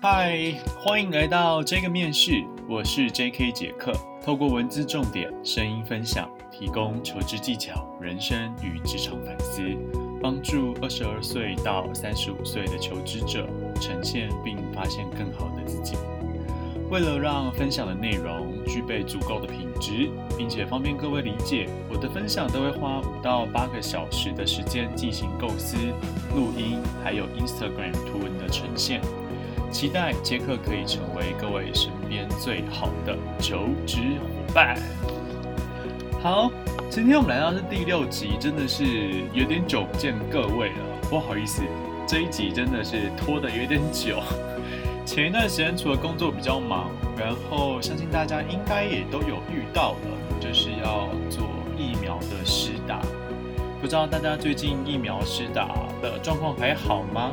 嗨，欢迎来到这个面试，我是 JK 杰克，透过文字重点、声音分享，提供求职技巧、人生与职场反思，帮助22岁到35岁的求职者呈现并发现更好的自己。为了让分享的内容具备足够的品质，并且方便各位理解，我的分享都会花5到8个小时的时间进行构思、录音，还有 Instagram 图文的呈现。期待杰克可以成为各位身边最好的求职伙伴。好，今天我们来到是第6集，真的是有点久不见各位了，不好意思，这一集真的是拖得有点久。前一段时间除了工作比较忙，然后相信大家应该也都有遇到了，就是要做疫苗的施打。不知道大家最近疫苗施打的状况还好吗？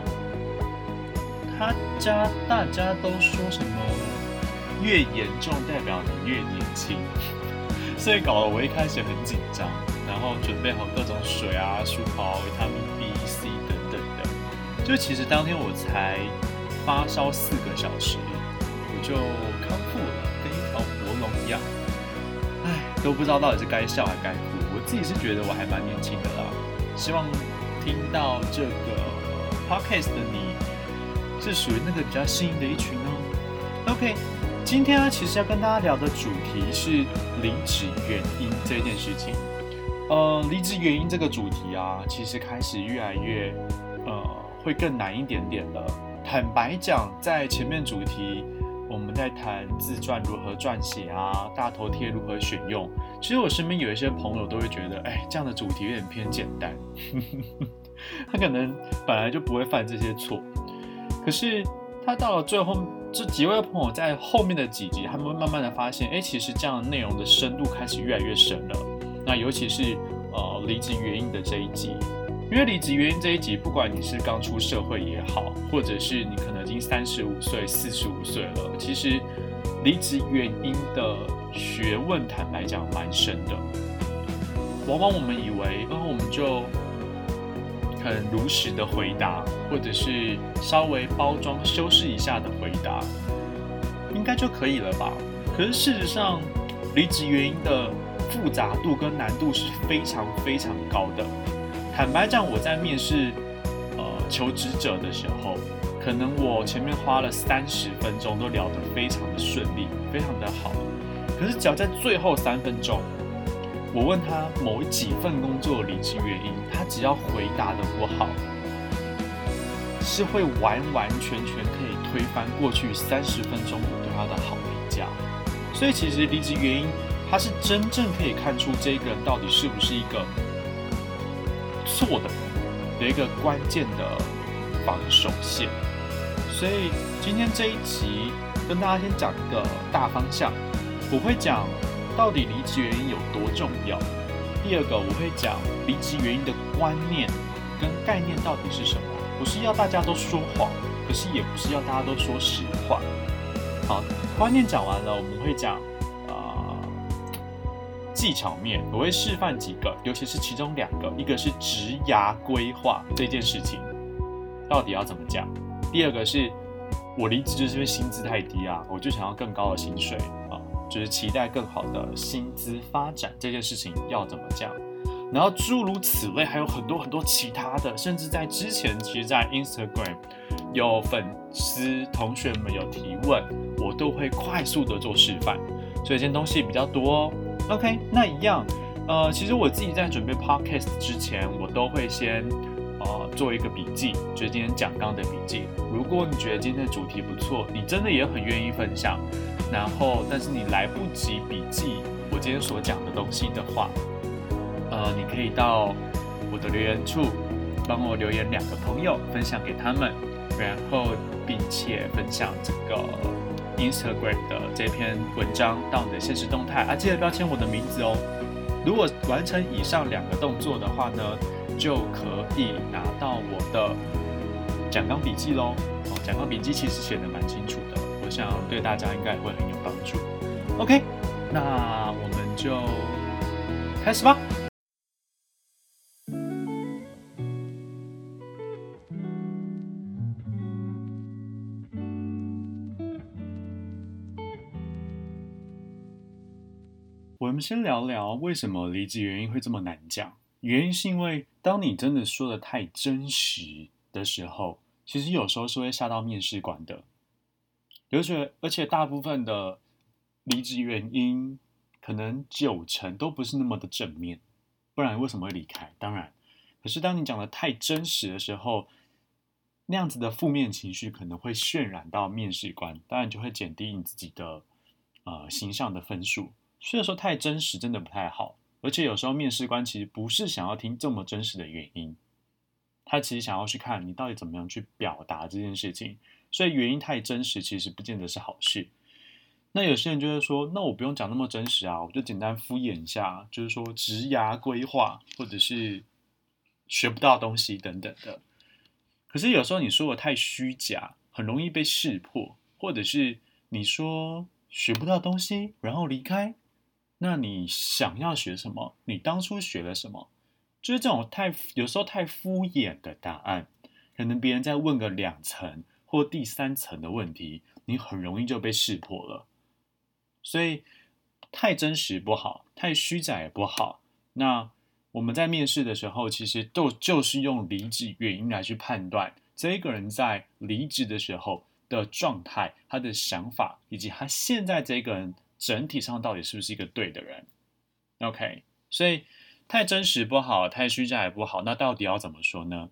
大家都说什么越严重代表你越年轻，所以搞得我一开始很紧张，然后准备好各种水啊、舒跑、维他命 B、C 等等的。就其实当天我才发烧4个小时，我就康复了，跟一条活龙一样。都不知道到底是该笑还该哭。我自己是觉得我还蛮年轻的啦。希望听到这个 podcast 的你是属于那个比较幸运的一群哦。OK， 今天其实要跟大家聊的主题是离职原因这件事情。离职原因这个主题啊，其实开始越来越会更难一点点了。坦白讲，在前面主题我们在谈自传如何撰写啊，大头贴如何选用。其实我身边有一些朋友都会觉得，这样的主题有点偏简单，他可能本来就不会犯这些错。可是他到了最后，这几位朋友在后面的几集，他们会慢慢的发现，其实这样的内容的深度开始越来越深了。那尤其是离职原因的这一集，因为离职原因这一集，不管你是刚出社会也好，或者是你可能已经35岁、45岁了，其实离职原因的学问，坦白讲蛮深的。往往我们以为，我们就很如实的回答，或者是稍微包装修饰一下的回答，应该就可以了吧？可是事实上，离职原因的复杂度跟难度是非常非常高的。坦白讲，我在面试求职者的时候，可能我前面花了30分钟都聊得非常的顺利，非常的好。可是只要在最后3分钟，我问他某几份工作的离职原因，他只要回答的不好，是会完完全全可以推翻过去30分钟我对他的好评价。所以其实离职原因，它是真正可以看出这个人到底是不是一个错的人的一个关键的防守线。所以今天这一集跟大家先讲一个大方向，我会讲到底离职原因有多重要。第二个，我会讲离职原因的观念跟概念到底是什么。不是要大家都说谎，可是也不是要大家都说实话。好，观念讲完了，我们会讲技巧面，我会示范几个，尤其是其中2个，一个是职涯规划这件事情到底要怎么讲。第二个是我离职就是因为薪资太低啊，我就想要更高的薪水啊，就是期待更好的薪资发展这件事情要怎么讲。然后诸如此类，还有很多很多其他的，甚至在之前，其实在 Instagram 有粉丝同学们有提问，我都会快速的做示范，所以这些东西比较多哦。OK， 那一样，其实我自己在准备 Podcast 之前，我都会先做一个笔记，就是今天讲纲的笔记。如果你觉得今天的主题不错，你真的也很愿意分享，然后但是你来不及笔记我今天所讲的东西的话，你可以到我的留言处帮我留言2个朋友，分享给他们，然后并且分享这个 Instagram 的这篇文章到你的限时动态啊，记得标签我的名字哦。如果完成以上2个动作的话呢，就可以拿到我的讲纲笔记咯。讲纲笔记其实写得蛮清楚的，我想对大家应该也会很有帮助。OK， 那我们就开始吧。 我们先聊聊为什么离职原因会这么难讲。原因是因为当你真的说的太真实的时候，其实有时候是会吓到面试官的。而且大部分的离职原因，可能90%都不是那么的正面，不然为什么会离开？当然，可是当你讲的太真实的时候，那样子的负面情绪可能会渲染到面试官，当然就会减低你自己的形象的分数。所以说太真实真的不太好，而且有时候面试官其实不是想要听这么真实的原因，他其实想要去看你到底怎么样去表达这件事情。所以原因太真实，其实不见得是好事。那有些人就会说，那我不用讲那么真实啊，我就简单敷衍一下，就是说职涯规划，或者是学不到东西等等的。可是有时候你说的太虚假，很容易被识破，或者是你说学不到东西，然后离开，那你想要学什么？你当初学了什么？就是这种有时候太敷衍的答案，可能别人再问个2层或第3层的问题，你很容易就被识破了。所以太真实不好，太虚假也不好。那我们在面试的时候，其实就是用离职原因来去判断这个人在离职的时候的状态、他的想法，以及他现在这个人整体上到底是不是一个对的人。OK， 所以太真实不好，太虚假也不好。那到底要怎么说呢？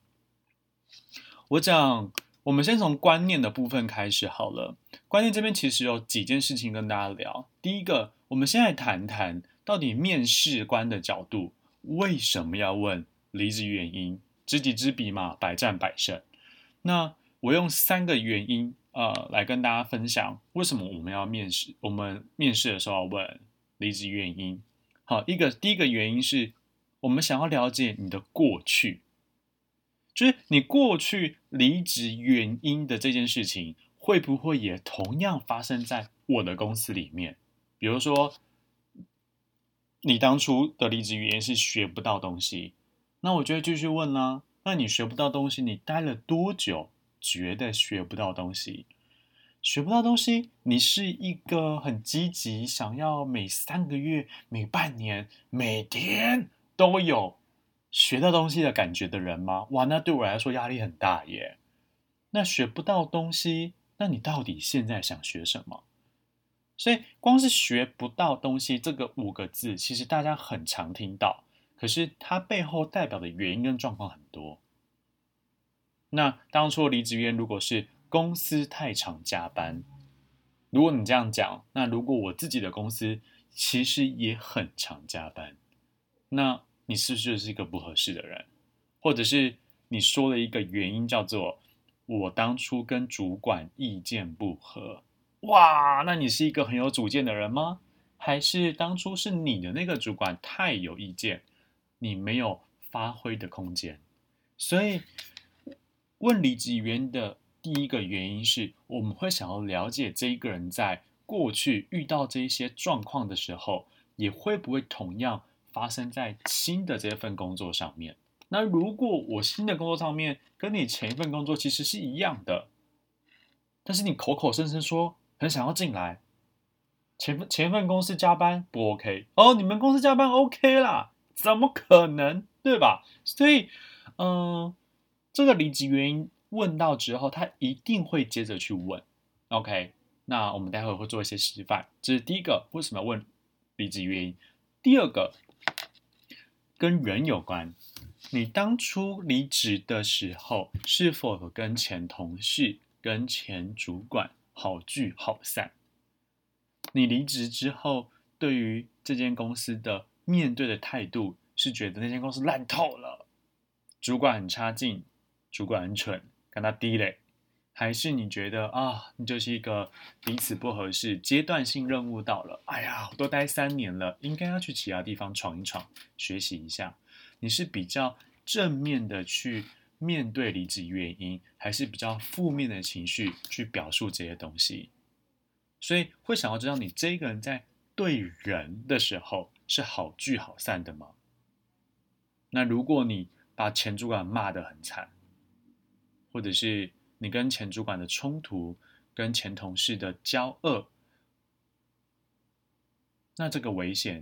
我们先从观念的部分开始好了。观念这边其实有几件事情跟大家聊。第一个，我们先来谈谈到底面试官的角度为什么要问离职原因？知己知彼嘛，百战百胜。那我用3个原因来跟大家分享为什么我们要面试，我们面试的时候要问离职原因。好，第一个原因是我们想要了解你的过去。就是你过去离职原因的这件事情，会不会也同样发生在我的公司里面？比如说，你当初的离职原因是学不到东西，那我就会继续问啦。那你学不到东西，你待了多久觉得学不到东西？学不到东西，你是一个很积极，想要每3个月、每半年、每天都有学到东西的感觉的人吗？哇，那对我来说压力很大耶。那学不到东西，那你到底现在想学什么？所以光是学不到东西这个5个字，其实大家很常听到，可是它背后代表的原因跟状况很多。那当初离职原因如果是公司太常加班，如果你这样讲，那如果我自己的公司其实也很常加班，那你是不是就是一个不合适的人？或者是你说了一个原因叫做我当初跟主管意见不合，哇，那你是一个很有主见的人吗？还是当初是你的那个主管太有意见，你没有发挥的空间？所以问离职原因的第一个原因是我们会想要了解这一个人在过去遇到这一些状况的时候，也会不会同样发生在新的这份工作上面。那如果我新的工作上面跟你前一份工作其实是一样的，但是你口口声声说很想要进来，前一份公司加班不 OK 哦，你们公司加班 OK 啦，怎么可能，对吧？所以，这个离职原因问到之后，他一定会接着去问 OK。那我们待会会做一些示范，这是第一个为什么要问离职原因。第二个跟人有关，你当初离职的时候，是否有跟前同事、跟前主管好聚好散？你离职之后，对于这间公司的面对的态度，是觉得那间公司烂透了，主管很差劲，主管很蠢，跟他低嘞？还是你觉得啊，你就是一个彼此不合适，阶段性任务到了，哎呀，我都待3年了，应该要去其他地方闯一闯，学习一下。你是比较正面的去面对离职原因，还是比较负面的情绪去表述这些东西？所以会想要知道你这个人在对人的时候是好聚好散的吗？那如果你把前主管骂得很惨，或者是你跟前主管的冲突，跟前同事的交恶，那这个危险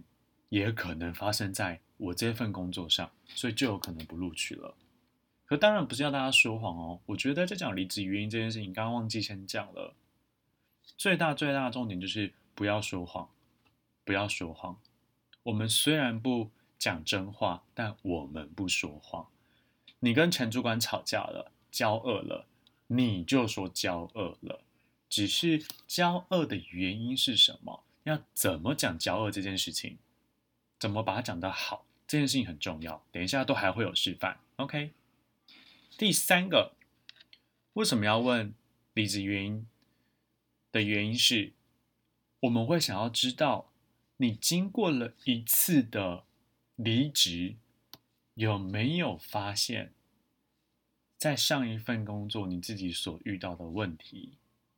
也可能发生在我这份工作上，所以就有可能不录取了。可当然不是要大家说谎哦，我觉得在讲离职原因这件事情，刚刚忘记先讲了。最大的重点就是不要说谎，不要说谎。我们虽然不讲真话，但我们不说谎。你跟前主管吵架了，交恶了，你就说交恶了。只是交恶的原因是什么？要怎么讲交恶这件事情？怎么把它讲得好？这件事情很重要。等一下都还会有示范。OK。第三个，为什么要问离职原因的原因是，我们会想要知道你经过了一次的离职，有没有发现，在上一份工作你自己所遇到的问题，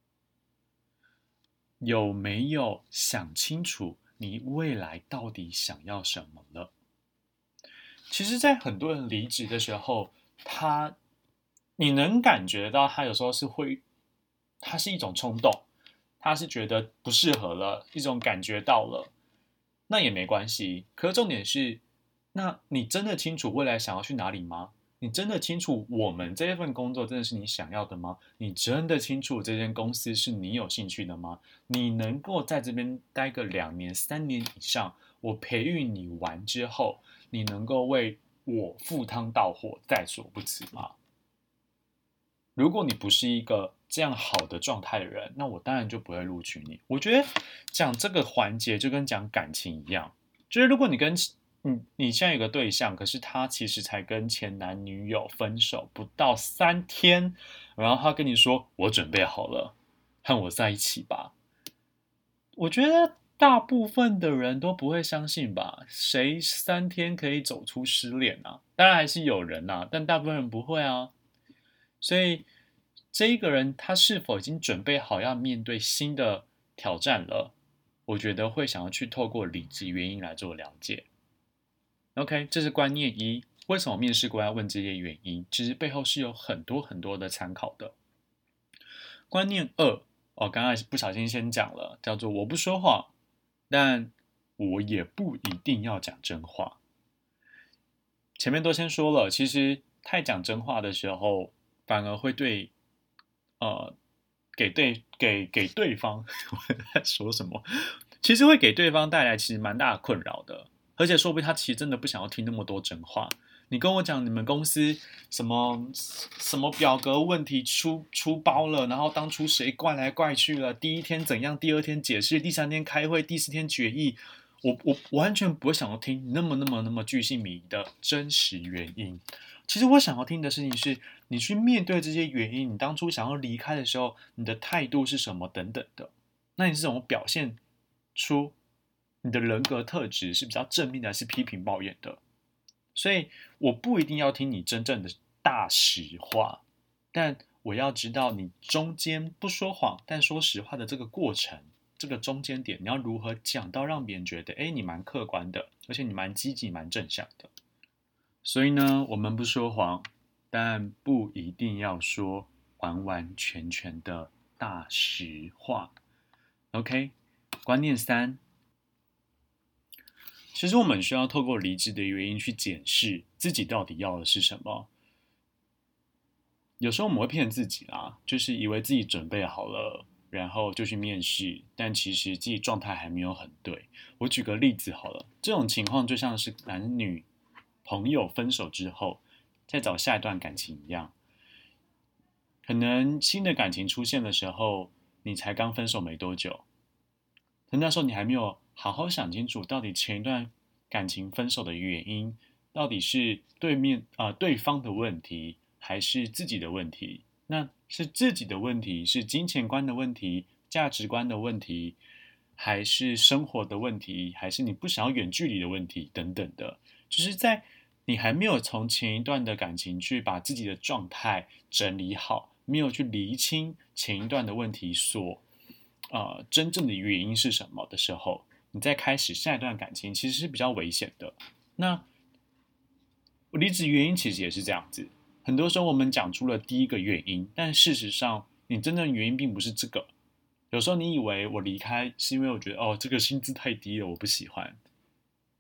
有没有想清楚你未来到底想要什么了？其实，在很多人离职的时候，你能感觉到他有时候他是一种冲动，他是觉得不适合了，一种感觉到了，那也没关系。可是重点是，那你真的清楚未来想要去哪里吗？你真的清楚我们这一份工作真的是你想要的吗？你真的清楚这间公司是你有兴趣的吗？你能够在这边待个2年、3年以上，我培育你完之后，你能够为我赴汤蹈火，在所不辞吗？如果你不是一个这样好的状态的人，那我当然就不会录取你。我觉得讲这个环节就跟讲感情一样，就是如果你现在有个对象，可是他其实才跟前男女友分手不到3天，然后他跟你说我准备好了，和我在一起吧。我觉得大部分的人都不会相信吧？谁3天可以走出失恋啊？当然还是有人啊，但大部分人不会啊。所以这一个人他是否已经准备好要面对新的挑战了？我觉得会想要去透过离职原因来做了解。OK，这是观念一。为什么面试官要问这些原因？其实背后是有很多很多的参考的。观念二，刚刚不小心先讲了，叫做我不说谎，但我也不一定要讲真话。前面都先说了，其实太讲真话的时候，反而会给对方我在说什么？其实会给对方带来其实蛮大的困扰的，而且说不定他其实真的不想要听那么多真话。你跟我讲你们公司什么表格问题出包了，然后当初谁怪来怪去了，第一天怎样，第二天解释，第3天开会，第4天决议，我完全不会想要听那么巨细靡遗的真实原因。其实我想要听的事情是，你去面对这些原因，你当初想要离开的时候，你的态度是什么等等的。那你是怎么表现出你的人格特质是比较正面的，还是批评抱怨的？所以我不一定要听你真正的大实话，但我要知道你中间不说谎，但说实话的这个过程，这个中间点，你要如何讲到让别人觉得，哎，你蛮客观的，而且你蛮积极、蛮正向的。所以呢，我们不说谎，但不一定要说完完全全的大实话。OK，观念3，其实我们需要透过离职的原因去检视自己到底要的是什么。有时候我们会骗自己啦，就是以为自己准备好了，然后就去面试，但其实自己状态还没有很对。我举个例子好了，这种情况就像是男女朋友分手之后，再找下一段感情一样，可能新的感情出现的时候，你才刚分手没多久，可那时候你还没有好好想清楚，到底前一段感情分手的原因，到底是对方的问题，还是自己的问题？那是自己的问题，是金钱观的问题、价值观的问题，还是生活的问题，还是你不想要远距离的问题等等的？就是在你还没有从前一段的感情去把自己的状态整理好，没有去厘清前一段的问题真正的原因是什么的时候，你再开始下一段感情，其实是比较危险的。那离职原因其实也是这样子，很多时候我们讲出了第一个原因，但事实上你真正的原因并不是这个。有时候你以为我离开是因为我觉得这个薪资太低了，我不喜欢。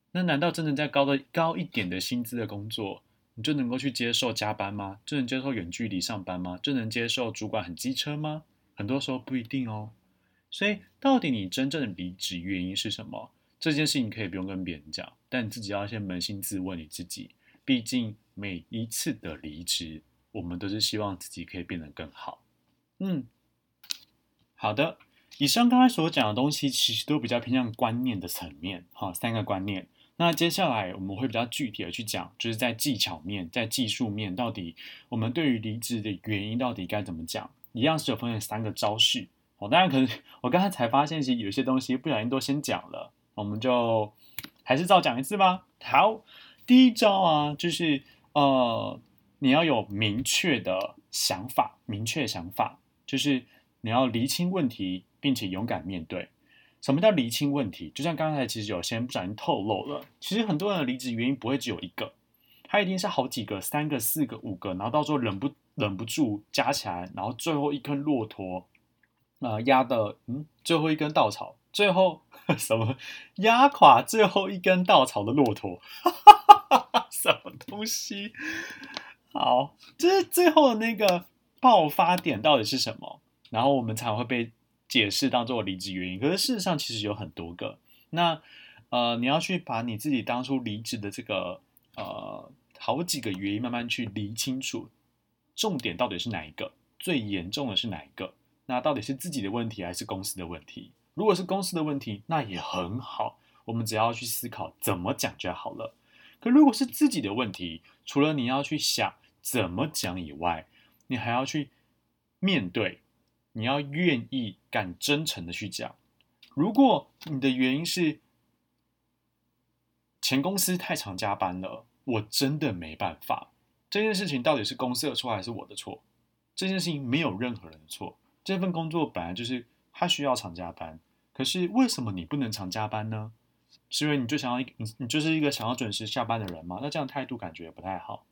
那难道真的在高一点的薪资的工作，你就能够去接受加班吗？就能接受远距离上班吗？就能接受主管很机车吗？很多时候不一定哦。所以，到底你真正的离职原因是什么？这件事情可以不用跟别人讲，但你自己要先扪心自问你自己。毕竟每一次的离职，我们都是希望自己可以变得更好。嗯，好的。以上刚才所讲的东西，其实都比较偏向观念的层面，哈，三个观念。那接下来我们会比较具体的去讲，就是在技巧面、在技术面，到底我们对于离职的原因到底该怎么讲？一样是有分成三个招式。当然可能我刚才才发现，其实有些东西不小心都先讲了，我们就还是照讲一次吧。好，第一招啊，就是你要有明确的想法，就是你要厘清问题，并且勇敢面对。什么叫厘清问题？就像刚才其实有些人不小心透露了，其实很多人的离职原因不会只有一个，他一定是好几个，3个、4个、5个，然后到时候忍不住加起来，然后最后一根骆驼，压的最后一根稻草，最后什么压垮最后一根稻草的骆驼，什么东西？好，就是最后的那个爆发点到底是什么？然后我们才会被解释当做离职原因。可是事实上其实有很多个。那你要去把你自己当初离职的这个好几个原因慢慢去理清楚，重点到底是哪一个？最严重的是哪一个？那到底是自己的问题还是公司的问题？如果是公司的问题，那也很好，我们只要去思考怎么讲就好了。可如果是自己的问题，除了你要去想怎么讲以外，你还要去面对，你要愿意敢真诚的去讲。如果你的原因是前公司太常加班了，我真的没办法。这件事情到底是公司的错还是我的错？这件事情没有任何人的错。这份工作本来就是他需要常加班，可是为什么你不能常加班呢？是因为你就想要你就是一个想要准时下班的人吗？那这样态度感觉也不太好。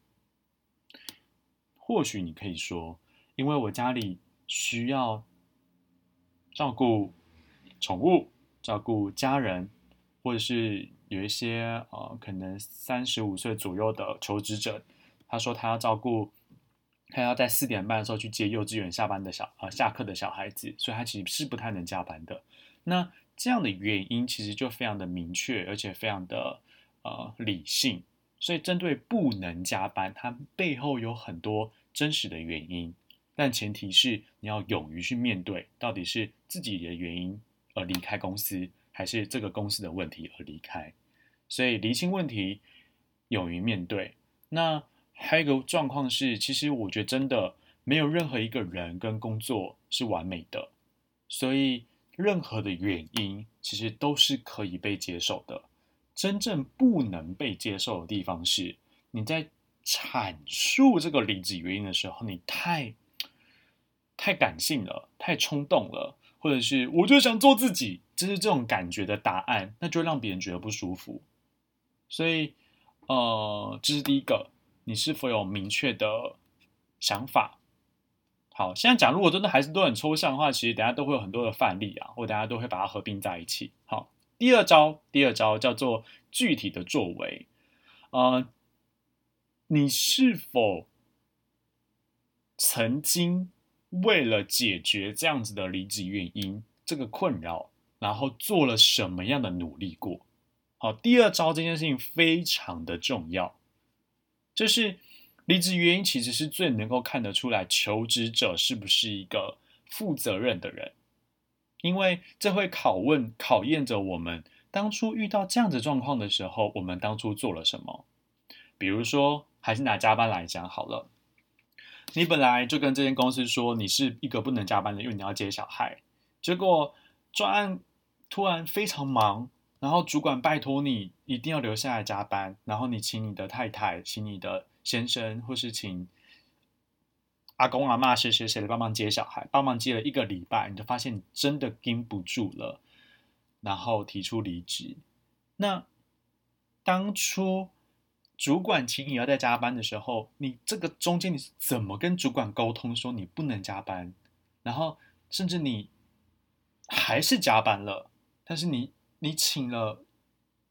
或许你可以说，因为我家里需要照顾宠物、照顾家人，或者是有一些可能35岁左右的求职者，他说他要照顾，他要在4点半的时候去接幼稚园下课的小孩子，所以他其实是不太能加班的。那这样的原因其实就非常的明确，而且非常的理性。所以针对不能加班，它背后有很多真实的原因，但前提是你要勇于去面对，到底是自己的原因而离开公司，还是这个公司的问题而离开。所以厘清问题，勇于面对。那还有一个状况是，其实我觉得真的没有任何一个人跟工作是完美的，所以任何的原因其实都是可以被接受的。真正不能被接受的地方是，你在阐述这个离职原因的时候，你太感性了，太冲动了，或者是我就想做自己，就是这种感觉的答案，那就让别人觉得不舒服。所以，这是第一个，你是否有明确的想法？好，现在讲如果真的还是都很抽象的话，其实等下都会有很多的范例啊，或等下都会把它合并在一起。好，第二招叫做具体的作为。你是否曾经为了解决这样子的离职原因，这个困扰，然后做了什么样的努力过？好，第二招这件事情非常的重要，就是离职原因其实是最能够看得出来求职者是不是一个负责任的人，因为这会考验着我们当初遇到这样子状况的时候，我们当初做了什么。比如说，还是拿加班来讲好了，你本来就跟这间公司说你是一个不能加班的，因为你要接小孩，结果专案突然非常忙，然后主管拜托你一定要留下来加班，然后你请你的太太，请你的先生，或是请阿公阿嬷谁谁谁来帮忙接小孩，帮忙接了1个礼拜，你就发现你真的盯不住了，然后提出离职。那当初主管请你要在加班的时候，你这个中间你是怎么跟主管沟通说你不能加班？然后甚至你还是加班了，但是你请了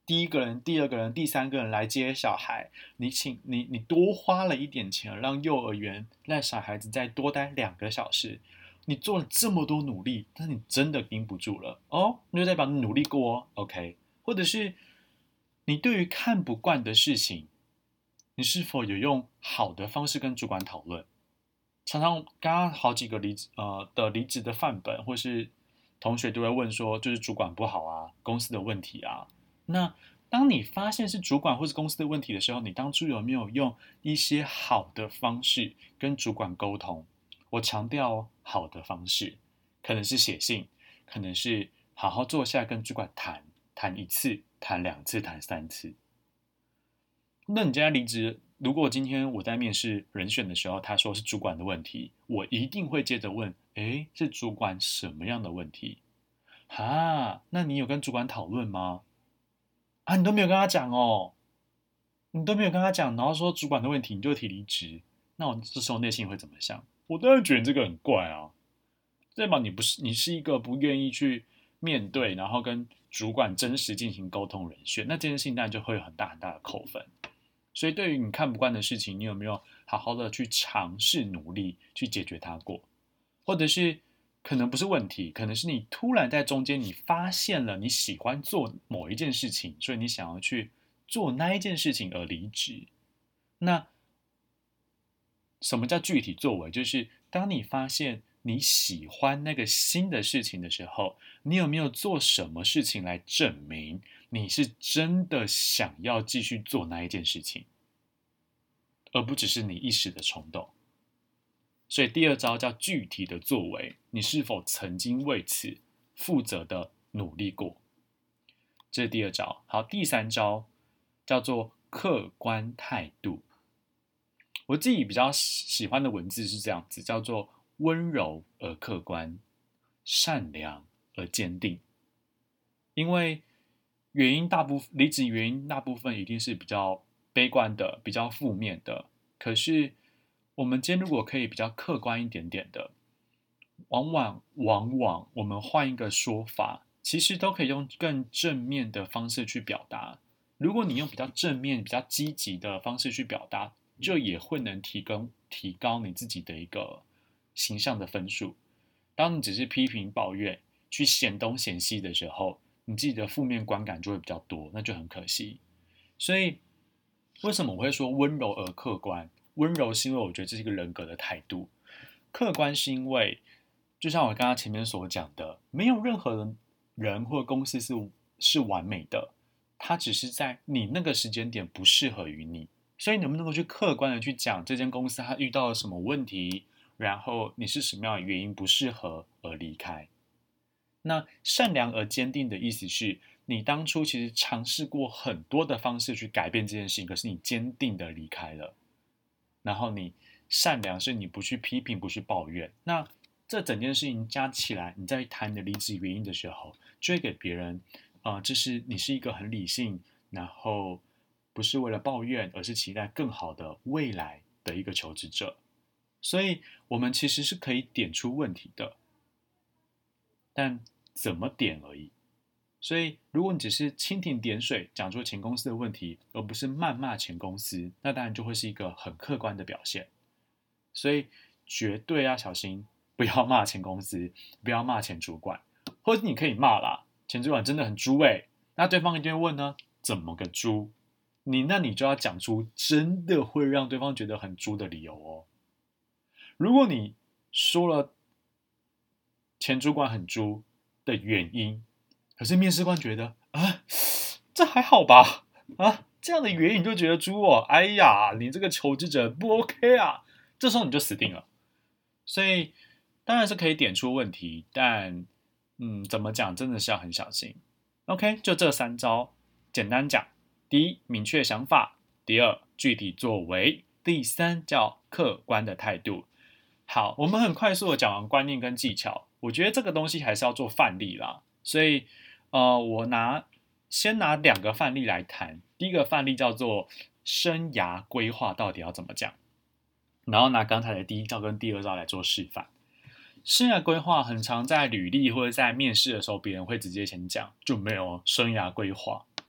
第一个人、第二个人、第三个人来接小孩，你多花了一点钱，让幼儿园让小孩子再多待2个小时，你做了这么多努力，但是你真的盯不住了哦，那就代表你努力过哦 ，OK？ 或者是你对于看不惯的事情，你是否有用好的方式跟主管讨论？常常刚刚好几个离职的范本，或是同学都会问说，就是主管不好啊，公司的问题啊。那当你发现是主管或是公司的问题的时候，你当初有没有用一些好的方式跟主管沟通？我强调好的方式，可能是写信，可能是好好坐下跟主管谈，谈1次，谈2次，谈3次。那你现在离职，如果今天我在面试人选的时候，他说是主管的问题，我一定会接着问，诶，是主管什么样的问题？那你有跟主管讨论吗？你都没有跟他讲哦，你都没有跟他讲，然后说主管的问题你就提离职，那我这时候内心会怎么想？我当然觉得这个很怪啊，代表你是一个不愿意去面对，然后跟主管真实进行沟通人选，那这件事情当然就会有很大很大的扣分。所以对于你看不惯的事情，你有没有好好的去尝试努力去解决它过？或者是可能不是问题，可能是你突然在中间你发现了你喜欢做某一件事情，所以你想要去做那一件事情而离职。那什么叫具体作为？就是当你发现你喜欢那个新的事情的时候，你有没有做什么事情来证明你是真的想要继续做那一件事情，而不只是你一时的冲动？所以第二招叫具体的作为，你是否曾经为此负责的努力过？这是第二招。好，第三招叫做客观态度。我自己比较喜欢的文字是这样子，叫做温柔而客观，善良而坚定。因为离职原因大部分一定是比较悲观的，比较负面的。可是我们今天如果可以比较客观一点点的，往往我们换一个说法，其实都可以用更正面的方式去表达。如果你用比较正面、比较积极的方式去表达，就也会能提高你自己的一个形象的分数。当你只是批评抱怨、去嫌东嫌西的时候，你自己的负面观感就会比较多，那就很可惜。所以为什么我会说温柔而客观？温柔是因为我觉得这是一个人格的态度，客观是因为就像我刚刚前面所讲的，没有任何人或公司是完美的，它只是在你那个时间点不适合于你。所以能不能够去客观的去讲这间公司它遇到了什么问题，然后你是什么样的原因不适合而离开？那善良而坚定的意思是你当初其实尝试过很多的方式去改变这件事情，可是你坚定的离开了。然后你善良是你不去批评，不去抱怨。那这整件事情加起来，你在谈你的离职原因的时候，就会给别人就是你是一个很理性，然后不是为了抱怨，而是期待更好的未来的一个求职者。所以我们其实是可以点出问题的，但怎么点而已。所以如果你只是蜻蜓点水讲出前公司的问题，而不是谩骂前公司，那当然就会是一个很客观的表现。所以绝对要小心，不要骂前公司，不要骂前主管，或者你可以骂啦，前主管真的很猪那对方一定会问呢，怎么个猪？那你就要讲出真的会让对方觉得很猪的理由哦。如果你说了前主管很猪的原因，可是面试官觉得这还好吧这样的原因你就觉得猪哦，哎呀，你这个求职者不 OK 啊，这时候你就死定了。所以当然是可以点出问题，但怎么讲真的是要很小心。OK， 就这3招，简单讲：第一，明确想法；第二，具体作为；第三，叫客观的态度。好，我们很快速的讲完观念跟技巧，我觉得这个东西还是要做范例啦。所以我先拿2个范例来谈。第一个范例叫做生涯规划到底要怎么讲，然后拿刚才的第1招跟第2招来做示范。生涯规划很常在履历或者在面试的时候，别人会直接先讲，就没有生涯规划。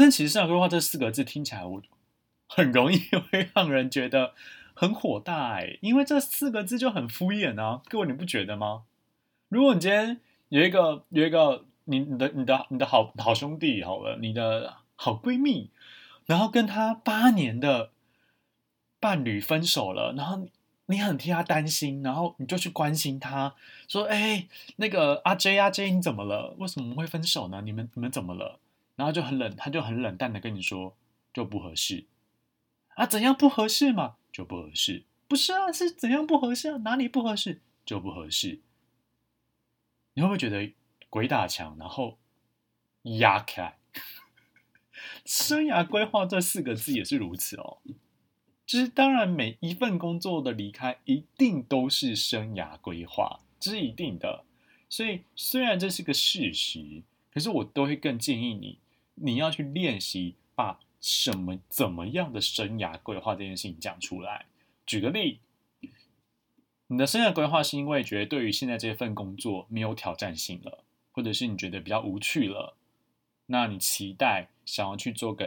但其实生涯规划这4个字听起来我很容易会让人觉得很火大因为这4个字就很敷衍啊，各位你不觉得吗？如果你今天有一个你的好兄弟好了，你的好闺蜜，然后跟他8年的伴侣分手了，然后你很替他担心，然后你就去关心他，说：“那个阿 J 你怎么了？为什么会分手呢？你们怎么了？”然后他就很冷淡的跟你说，就不合适啊，怎样不合适嘛？就不合适，不是啊，是怎样不合适啊？哪里不合适？就不合适。你会不会觉得鬼打墙，然后压开？生涯规划这4个字也是如此哦。就是当然，每一份工作的离开一定都是生涯规划，这是一定的。所以虽然这是个事实，可是我都会更建议你要去练习把怎么样的生涯规划这件事情讲出来。举个例，你的生涯规划是因为觉得对于现在这份工作没有挑战性了，或者是你觉得比较无趣了，那你期待想要去做个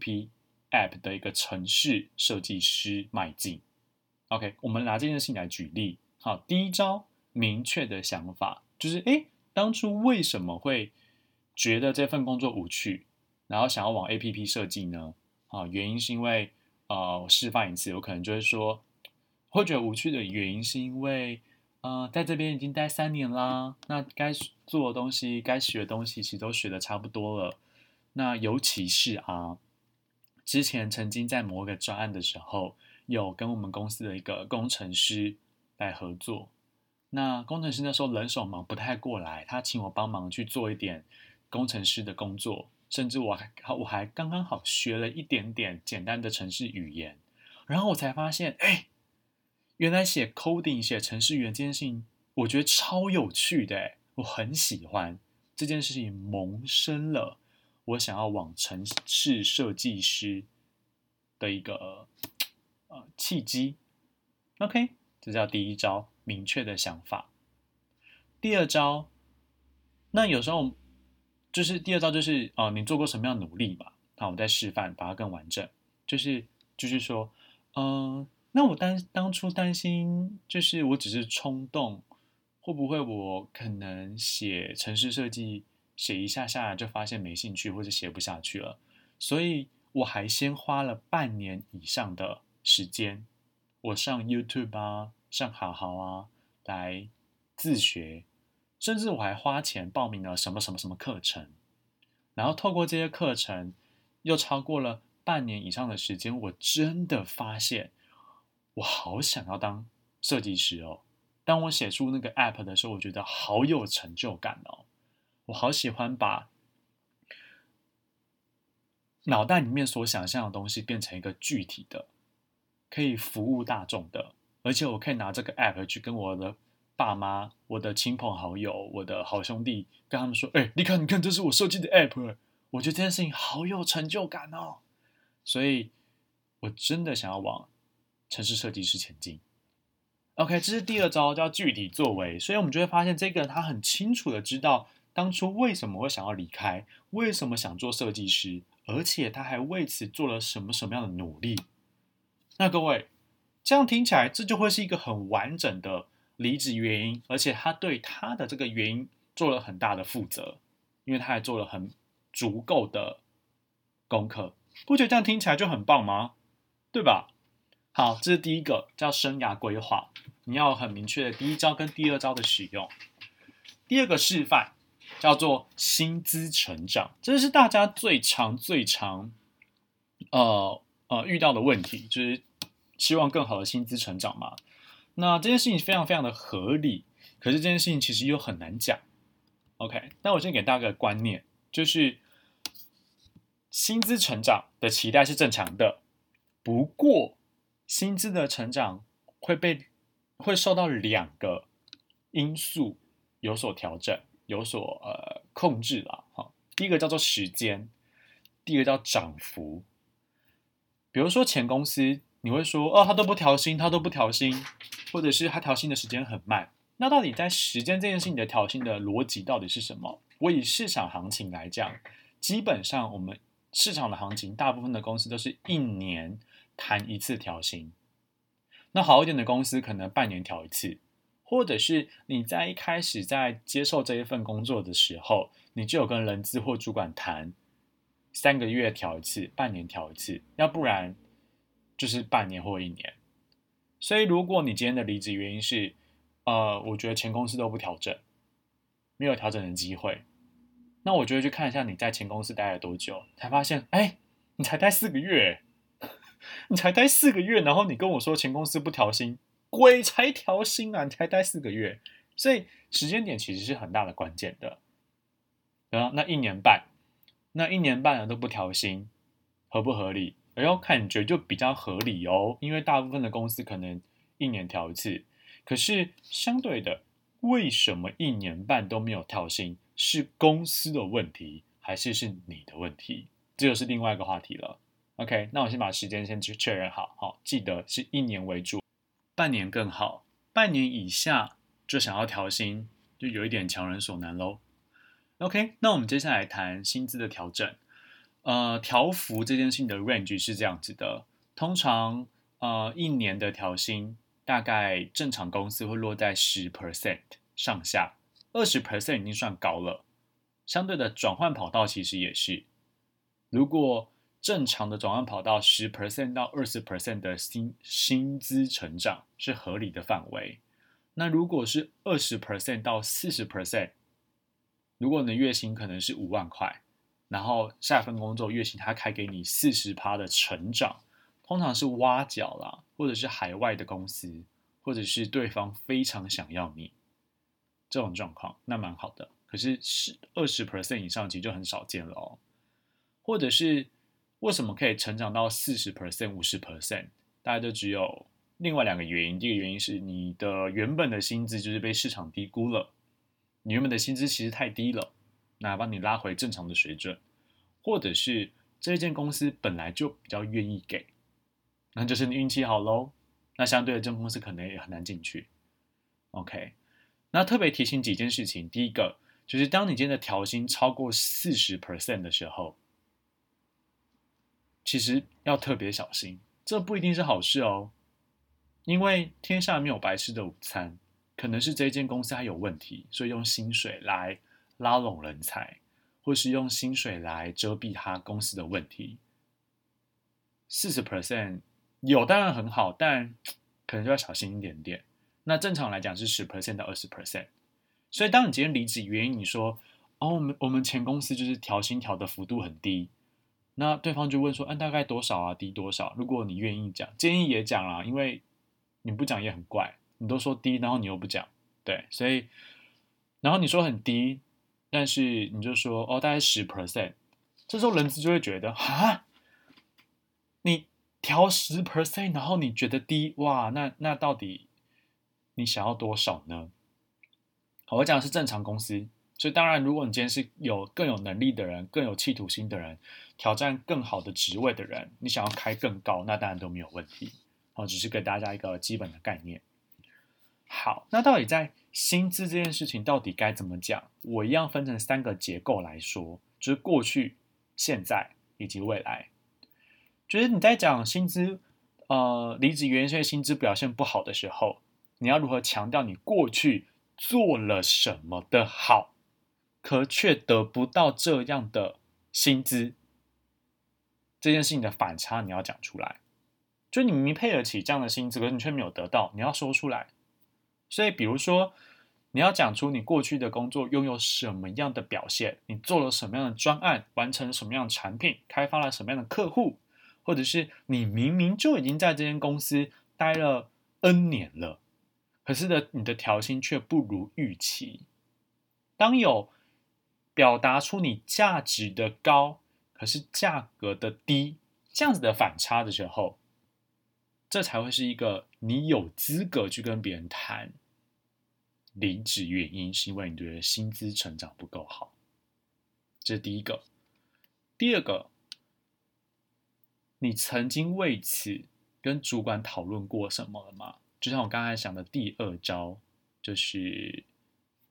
App 的一个程式设计师迈进。OK， 我们拿这件事情来举例。好，第一招，明确的想法，就是当初为什么会觉得这份工作无趣，然后想要往 App 设计呢？原因是因为我示范一次，我可能就会说，会觉得无趣的原因是因为在这边已经待3年啦，那该做的东西、该学的东西其实都学的差不多了。那尤其是之前曾经在某个专案的时候，有跟我们公司的一个工程师来合作。那工程师那时候人手忙不太过来，他请我帮忙去做一点工程师的工作，甚至我还刚刚好学了一点点简单的程式语言，然后我才发现，原来写 coding 写程式语言这件事情，我觉得超有趣的，我很喜欢这件事情，萌生了我想要往程式设计师的一个契机。OK， 这叫第一招，明确的想法。第二招，那有时候就是第二招就是你做过什么样的努力嘛？好，我再示范，把它更完整。就是说，那我当初担心，就是我只是冲动，会不会我可能写程式设计写一下下就发现没兴趣或者写不下去了，所以我还先花了半年以上的时间，我上 YouTube 上好好来自学，甚至我还花钱报名了什么什么什么课程，然后透过这些课程，又超过了半年以上的时间，我真的发现我好想要当设计师哦。当我写出那个 App 的时候，我觉得好有成就感哦。我好喜欢把脑袋里面所想象的东西变成一个具体的，可以服务大众的，而且我可以拿这个 App 去跟我的爸妈、我的亲朋好友、我的好兄弟，跟他们说：“你看，这是我设计的 App。”我觉得这件事情好有成就感哦。所以，我真的想要往程式设计师前进。OK， 这是第二招，叫具体作为。所以我们就会发现，这个人他很清楚的知道当初为什么会想要离开，为什么想做设计师，而且他还为此做了什么样的努力。那各位，这样听起来，这就会是一个很完整的离职原因，而且他对他的这个原因做了很大的负责，因为他还做了很足够的功课。不觉得这样听起来就很棒吗？对吧？好，这是第一个，叫生涯规划。你要有很明确的第一招跟第二招的使用。第二个示范叫做薪资成长，这是大家最常遇到的问题，就是希望更好的薪资成长嘛。那这件事情非常非常的合理，可是这件事情其实又很难讲。OK， 那我先给大家个观念，就是薪资成长的期待是正常的，不过薪资的成长会受到2个因素有所调整，有所控制啦。第一个叫做时间，第二个叫涨幅。比如说前公司，你会说他都不调薪，或者是他调薪的时间很慢。那到底在时间这件事情的调薪的逻辑到底是什么？我以市场行情来讲，基本上我们市场的行情，大部分的公司都是一年谈一次调薪。那好一点的公司可能半年调一次，或者是你在一开始在接受这一份工作的时候，你就有跟人资或主管谈3个月调一次，半年调一次，要不然就是半年或1年。所以如果你今天的离职原因是，我觉得前公司都不调整，没有调整的机会，那我就会去看一下你在前公司待了多久，才发现，你才待4个月，你才待4个月，然后你跟我说前公司不调薪，鬼才调薪啊！你才待4个月，所以时间点其实是很大的关键的。然后那1年半，了都不调薪，合不合理？感觉就比较合理哦，因为大部分的公司可能1年调一次，可是相对的，为什么1年半都没有调薪？是公司的问题，还是你的问题？这就是另外一个话题了。OK， 那我先把时间先确认好，记得是1年为主，半年更好，半年以下就想要调薪，就有一点强人所难咯。OK， 那我们接下来谈薪资的调整。调幅这件事情的 range 是这样子的，通常1年的调薪大概正常公司会落在10% 上下，20% 已经算高了。相对的转换跑道其实也是，如果正常的转换跑道10% 到20% 的薪资成长是合理的范围，那如果是20% 到40%，如果你的月薪可能是5万块，然后下一份工作月薪他开给你40%的成长，通常是挖角啦，或者是海外的公司，或者是对方非常想要你这种状况，那蛮好的。可是20% 以上其实就很少见了哦。或者是为什么可以成长到40% 50%，大概就只有另外2个原因。第一个原因是你的原本的薪资就是被市场低估了，你原本的薪资其实太低了，那帮你拉回正常的水准，或者是这间公司本来就比较愿意给，那就是你运气好咯。那相对的，这间公司可能也很难进去。OK， 那特别提醒几件事情。第一个就是当你今天的调薪超过40% 的时候，其实要特别小心，这不一定是好事哦。因为天下没有白吃的午餐，可能是这间公司还有问题，所以用薪水来拉拢人才，或是用薪水来遮蔽他公司的问题。40% 有当然很好，但可能就要小心一点点。那正常来讲是10% 到20%。所以当你今天离职原因，你说我们前公司就是调薪调的幅度很低，那对方就问说，大概多少啊？低多少？如果你愿意讲，建议也讲啦，因为你不讲也很怪，你都说低，然后你又不讲，对，所以，然后你说很低，但是你就说大概10%，这时候人资就会觉得你调10%，然后你觉得低，哇，那到底你想要多少呢？好，我讲的是正常公司，所以当然，如果你今天是更有能力的人，更有企图心的人，挑战更好的职位的人，你想要开更高，那当然都没有问题。好，只是给大家一个基本的概念。好，那到底在薪资这件事情到底该怎么讲？我一样分成3个结构来说，就是过去、现在以及未来。就是你在讲薪资，离职原因是因为薪资表现不好的时候，你要如何强调你过去做了什么的好，可却得不到这样的薪资，这件事情的反差你要讲出来。就你明明配得起这样的薪资，可是你却没有得到，你要说出来。所以比如说你要讲出你过去的工作拥有什么样的表现，你做了什么样的专案，完成什么样的产品，开发了什么样的客户，或者是你明明就已经在这间公司待了 N 年了，可是你的调薪却不如预期。当有表达出你价值的高，可是价格的低，这样子的反差的时候，这才会是一个你有资格去跟别人谈离职原因，是因为你觉得薪资成长不够好。这是第一个。第二个，你曾经为此跟主管讨论过什么了吗？就像我刚才讲的第2招，就是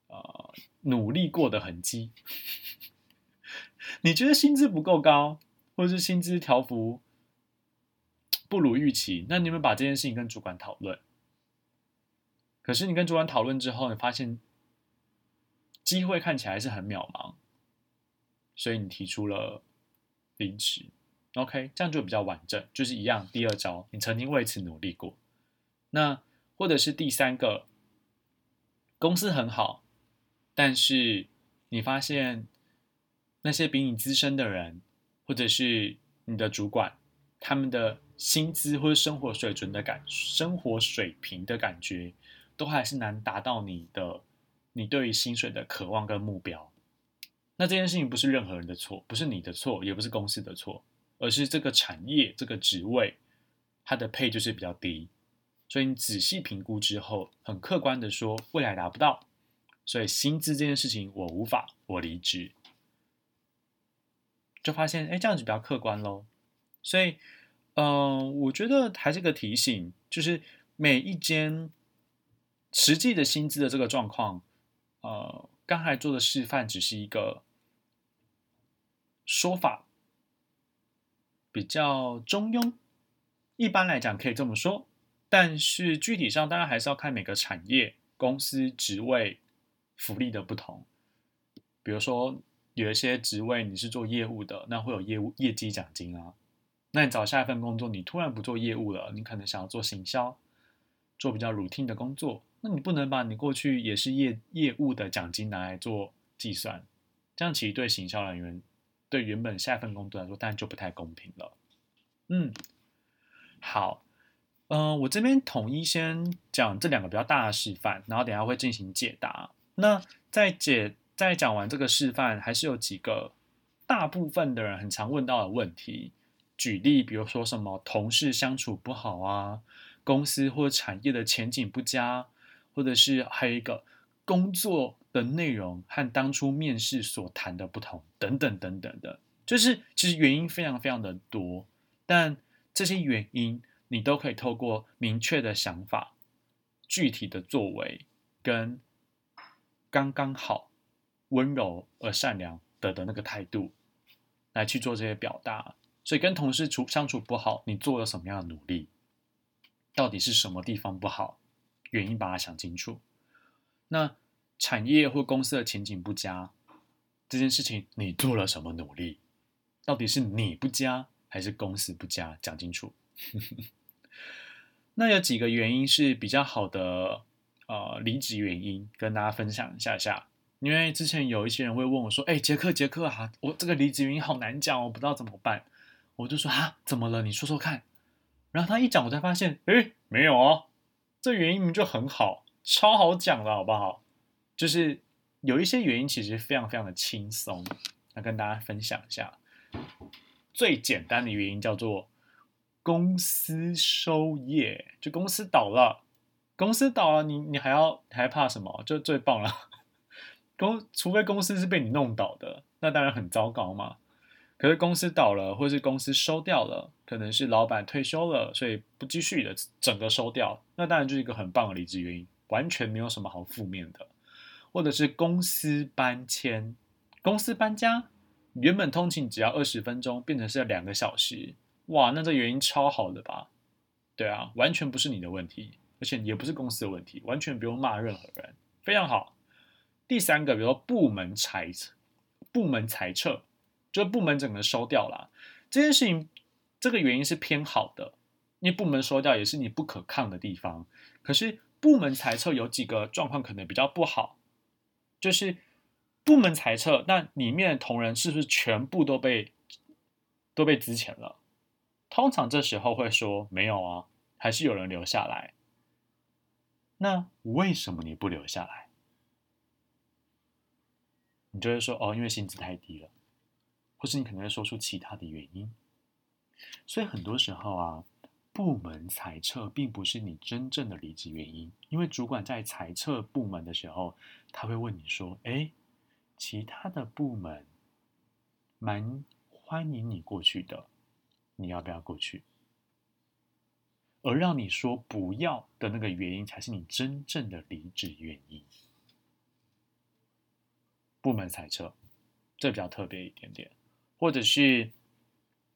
努力过的痕迹。你觉得薪资不够高， 或者是薪资调幅不如预期，那你有没有把这件事情跟主管讨论？可是你跟主管讨论之后，你发现机会看起来是很渺茫，所以你提出了离职。OK， 这样就比较完整，就是一样。第二招，你曾经为此努力过。那或者是第三个，公司很好，但是你发现那些比你资深的人，或者是你的主管，他们的薪资或者生活水平的感觉，都还是难达到你对于薪水的渴望跟目标。那这件事情不是任何人的错，不是你的错，也不是公司的错，而是这个产业这个职位，它的配就是比较低。所以你仔细评估之后，很客观的说，未来达不到，所以薪资这件事情我无法，我离职，就发现这样子比较客观咯。所以，我觉得还是个提醒，就是每一间实际的薪资的这个状况，刚才做的示范只是一个说法，比较中庸，一般来讲可以这么说。但是具体上当然还是要看每个产业、公司、职位、福利的不同。比如说有一些职位你是做业务的，那会有业绩奖金啊。那你找下一份工作，你突然不做业务了，你可能想要做行销，做比较 routine 的工作，那你不能把你过去也是业务的奖金拿来做计算，这样其实对行销人员对原本下一份工作来说，当然就不太公平了。好。我这边统一先讲这两个比较大的示范，然后等一下会进行解答。那在讲完这个示范，还是有几个大部分的人很常问到的问题。举例，比如说什么同事相处不好啊，公司或产业的前景不佳，或者是还有一个工作的内容和当初面试所谈的不同，等等等等的，就是其实原因非常非常的多，但这些原因你都可以透过明确的想法、具体的作为跟刚刚好、温柔而善良的那个态度来去做这些表达。所以跟同事相处不好，你做了什么样的努力？到底是什么地方不好？原因把它想清楚。那产业或公司的前景不佳，这件事情你做了什么努力？到底是你不佳还是公司不佳？讲清楚。那有几个原因是比较好的离职原因，跟大家分享一下。因为之前有一些人会问我说：“杰克啊，我这个离职原因好难讲，我不知道怎么办。”我就说：“怎么了？你说说看。”然后他一讲，我才发现，没有哦，这原因明明就很好，超好讲的，好不好？就是有一些原因其实非常非常的轻松，那跟大家分享一下。最简单的原因叫做公司收业，就公司倒了，你还怕什么？就最棒了。除非公司是被你弄倒的，那当然很糟糕嘛。可是公司倒了，或是公司收掉了，可能是老板退休了，所以不继续的，整个收掉，那当然就是一个很棒的离职原因，完全没有什么好负面的。或者是公司搬迁、公司搬家，原本通勤只要20分钟，变成是要2个小时，哇，那这原因超好的吧？对啊，完全不是你的问题，而且也不是公司的问题，完全不用骂任何人，非常好。第三个，比如说部门裁撤，就是部门整个收掉啦。这件事情，这个原因是偏好的，因为部门收掉也是你不可抗的地方。可是部门裁撤有几个状况可能比较不好，就是部门裁撤，那里面的同仁是不是全部都被资遣了？通常这时候会说没有啊，还是有人留下来。那为什么你不留下来？你就会说因为薪资太低了，或是你可能会说出其他的原因。所以很多时候啊，部门裁撤并不是你真正的离职原因，因为主管在裁撤部门的时候，他会问你说：“其他的部门蛮欢迎你过去的，你要不要过去？”而让你说不要的那个原因，才是你真正的离职原因。部门裁撤，这比较特别一点点，或者是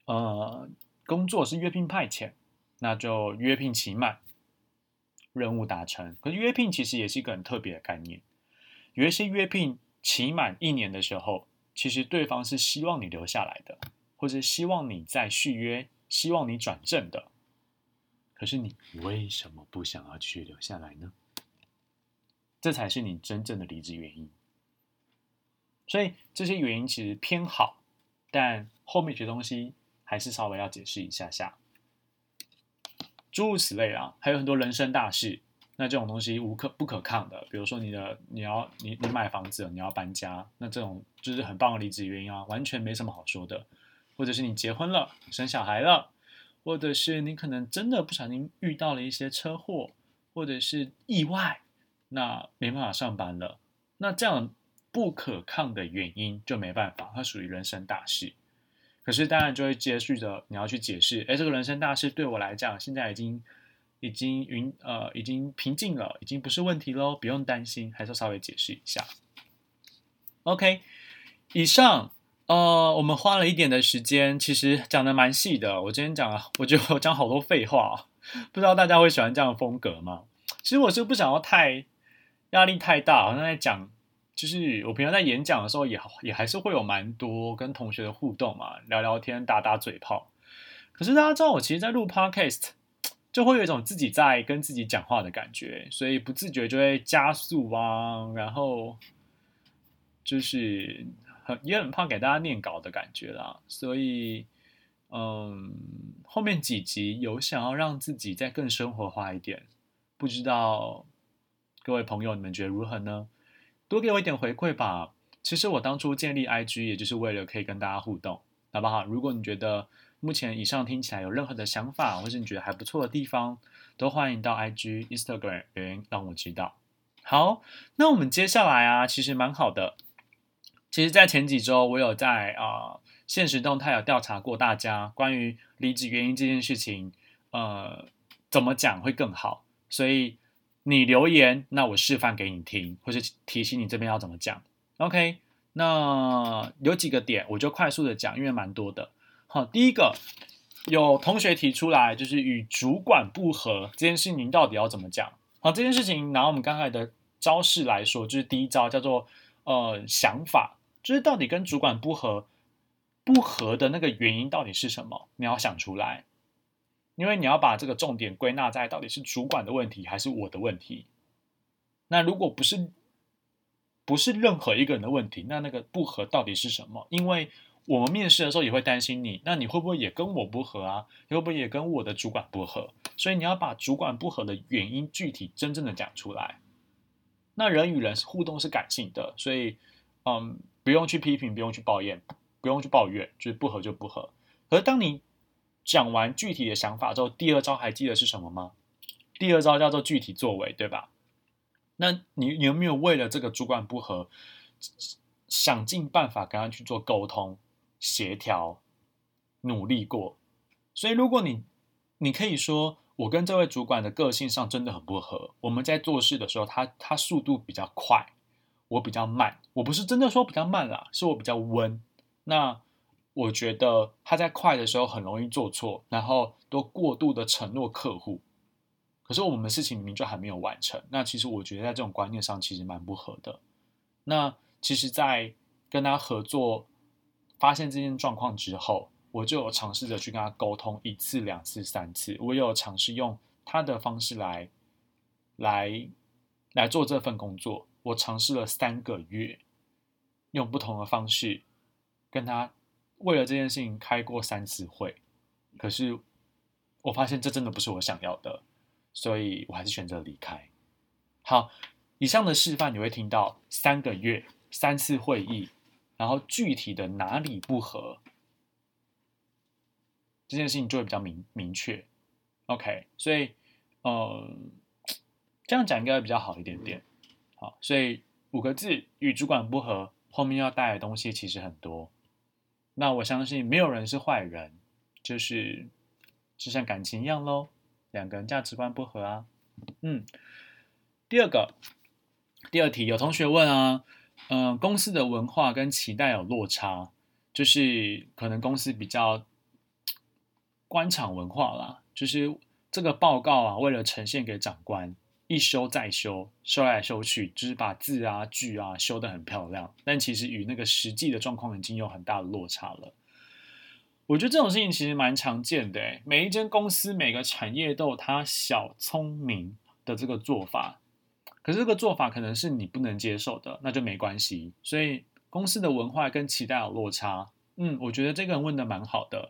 工作是约聘派遣，那就约聘期满，任务达成。可是约聘其实也是一个很特别的概念，有一些约聘期满1年的时候，其实对方是希望你留下来的，或者希望你再续约，希望你转正的。可是你为什么不想要继续留下来呢？这才是你真正的离职原因。所以这些原因其实偏好，但后面这些东西还是稍微要解释一下下。诸如此类啦，还有很多人生大事，那这种东西不可抗的，比如说你买房子了，你要搬家，那这种就是很棒的离职原因啊，完全没什么好说的。或者是你结婚了，生小孩了，或者是你可能真的不小心遇到了一些车祸，或者是意外，那没办法上班了，那这样不可抗的原因就没办法，它属于人生大事。可是当然就会接续着你要去解释，这个人生大事对我来讲现在已经平静了，已经不是问题咯，不用担心，还是要稍微解释一下。OK， 以上我们花了一点的时间，其实讲的蛮细的。我今天我觉得我讲好多废话，不知道大家会喜欢这样的风格吗？其实我是不想要压力太大，好像在讲，就是我平常在演讲的时候也还是会有蛮多跟同学的互动嘛，聊聊天，打打嘴炮。可是大家知道，我其实在录 podcast 就会有一种自己在跟自己讲话的感觉，所以不自觉就会加速啊，然后就是也很怕给大家念稿的感觉啦。所以后面几集有想要让自己再更生活化一点，不知道各位朋友你们觉得如何呢？多给我一点回馈吧。其实我当初建立 IG 也就是为了可以跟大家互动，好不好？如果你觉得目前以上听起来有任何的想法，或是你觉得还不错的地方，都欢迎到 IG、Instagram 留言让我知道。好，那我们接下来啊，其实蛮好的。其实，在前几周我有在限时动态有调查过大家关于离职原因这件事情，怎么讲会更好？所以你留言，那我示范给你听，或是提醒你这边要怎么讲。OK， 那有几个点我就快速的讲，因为蛮多的。好，第一个有同学提出来，就是与主管不合这件事情到底要怎么讲？好，这件事情拿我们刚才的招式来说，就是第一招叫做想法，就是到底跟主管不合的那个原因到底是什么？你要想出来。因为你要把这个重点归纳在到底是主管的问题还是我的问题。那如果不是任何一个人的问题，那个不合到底是什么？因为我们面试的时候也会担心你，那你会不会也跟我不合啊？你会不会也跟我的主管不合？所以你要把主管不合的原因具体真正的讲出来。那人与人互动是感性的，所以不用去批评，不用去抱怨，就是不合就不合。可是当你讲完具体的想法之后，第二招还记得是什么吗？第二招叫做具体作为，对吧？那你有没有为了这个主管不合，想尽办法跟他去做沟通、协调、努力过？所以如果你可以说，我跟这位主管的个性上真的很不合，我们在做事的时候，他速度比较快，我比较慢。我不是真的说比较慢啦，是我比较温。那我觉得他在快的时候很容易做错，然后都过度的承诺客户，可是我们事情明明就还没有完成。那其实我觉得在这种观念上其实蛮不合的。那其实在跟他合作发现这件状况之后，我就有尝试着去跟他沟通1次、2次、3次，我也有尝试用他的方式来做这份工作。我尝试了3个月，用不同的方式跟他为了这件事情开过3次会，可是我发现这真的不是我想要的，所以我还是选择离开。好，以上的示范你会听到3个月、3次会议，然后具体的哪里不合，这件事情就会比较明确。OK， 所以这样讲应该比较好一点点。好，所以5个字，与主管不合，后面要带的东西其实很多。那我相信没有人是坏人，就像感情一样咯，两个人价值观不合啊。第二题，有同学问啊，公司的文化跟期待有落差，就是可能公司比较官场文化啦，就是这个报告啊，为了呈现给长官，一修再修，修来修去，就是把字啊句啊修得很漂亮，但其实与那个实际的状况已经有很大的落差了。我觉得这种事情其实蛮常见的诶，每一间公司每个产业都有它小聪明的这个做法，可是这个做法可能是你不能接受的，那就没关系。所以公司的文化跟期待有落差，我觉得这个人问的蛮好的，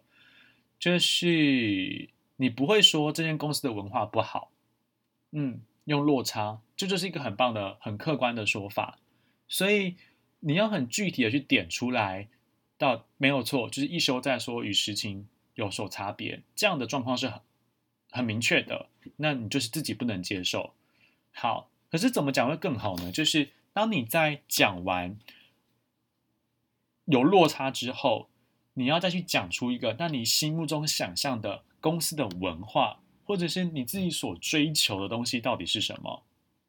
就是你不会说这间公司的文化不好，用落差，这就是一个很棒的、很客观的说法。所以你要很具体的去点出来，没有错，就是一修再说与实情有所差别，这样的状况是很明确的。那你就是自己不能接受。好，可是怎么讲会更好呢？就是当你在讲完有落差之后，你要再去讲出一个那你心目中想象的公司的文化，或者是你自己所追求的东西到底是什么。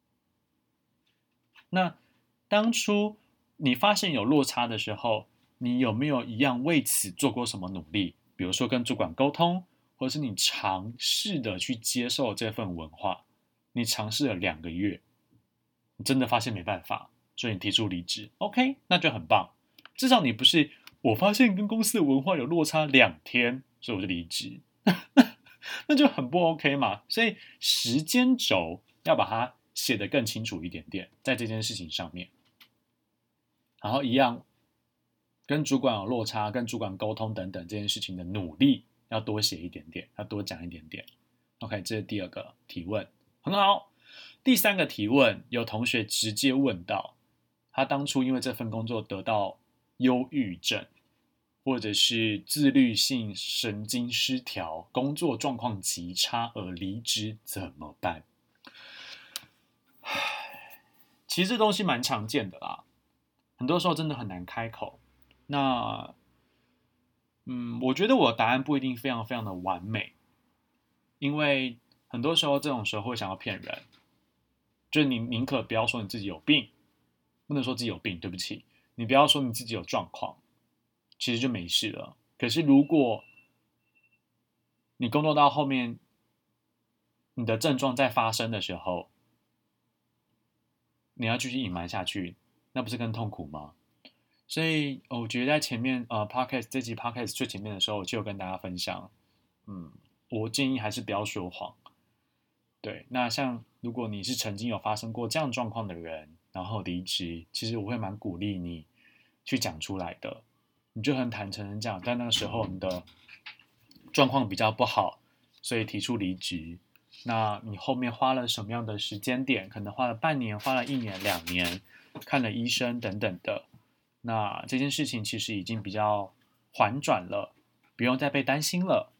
那当初你发现有落差的时候，你有没有一样为此做过什么努力？比如说跟主管沟通，或者是你尝试的去接受这份文化，你尝试了2个月，你真的发现没办法，所以你提出离职 ，OK， 那就很棒。至少你不是我发现跟公司的文化有落差2天，所以我就离职，那就很不 OK 嘛。所以时间轴要把它写得更清楚一点点，在这件事情上面。然后一样，跟主管有落差，跟主管沟通等等这件事情的努力要多写一点点，要多讲一点点。OK， 这是第2个提问，很好。第3个提问，有同学直接问到，他当初因为这份工作得到忧郁症，或者是自律性神经失调，工作状况极差而离职，怎么办？其实这东西蛮常见的啦，很多时候真的很难开口。那，我觉得我的答案不一定非常非常的完美，因为很多时候这种时候会想要骗人，就是你宁可不要说你自己有病，不能说自己有病，对不起，你不要说你自己有状况，其实就没事了。可是如果你工作到后面，你的症状在发生的时候，你要继续隐瞒下去，那不是更痛苦吗？所以我觉得在前面podcast 这集 podcast 最前面的时候，我就有跟大家分享，我建议还是不要说谎。对，那像如果你是曾经有发生过这样状况的人，然后离职，其实我会蛮鼓励你去讲出来的，你就很坦诚的讲，在那个时候你的状况比较不好，所以提出离职。那你后面花了什么样的时间点？可能花了半年，花了1年、2年，看了医生等等的。那这件事情其实已经比较缓转了，不用再被担心了。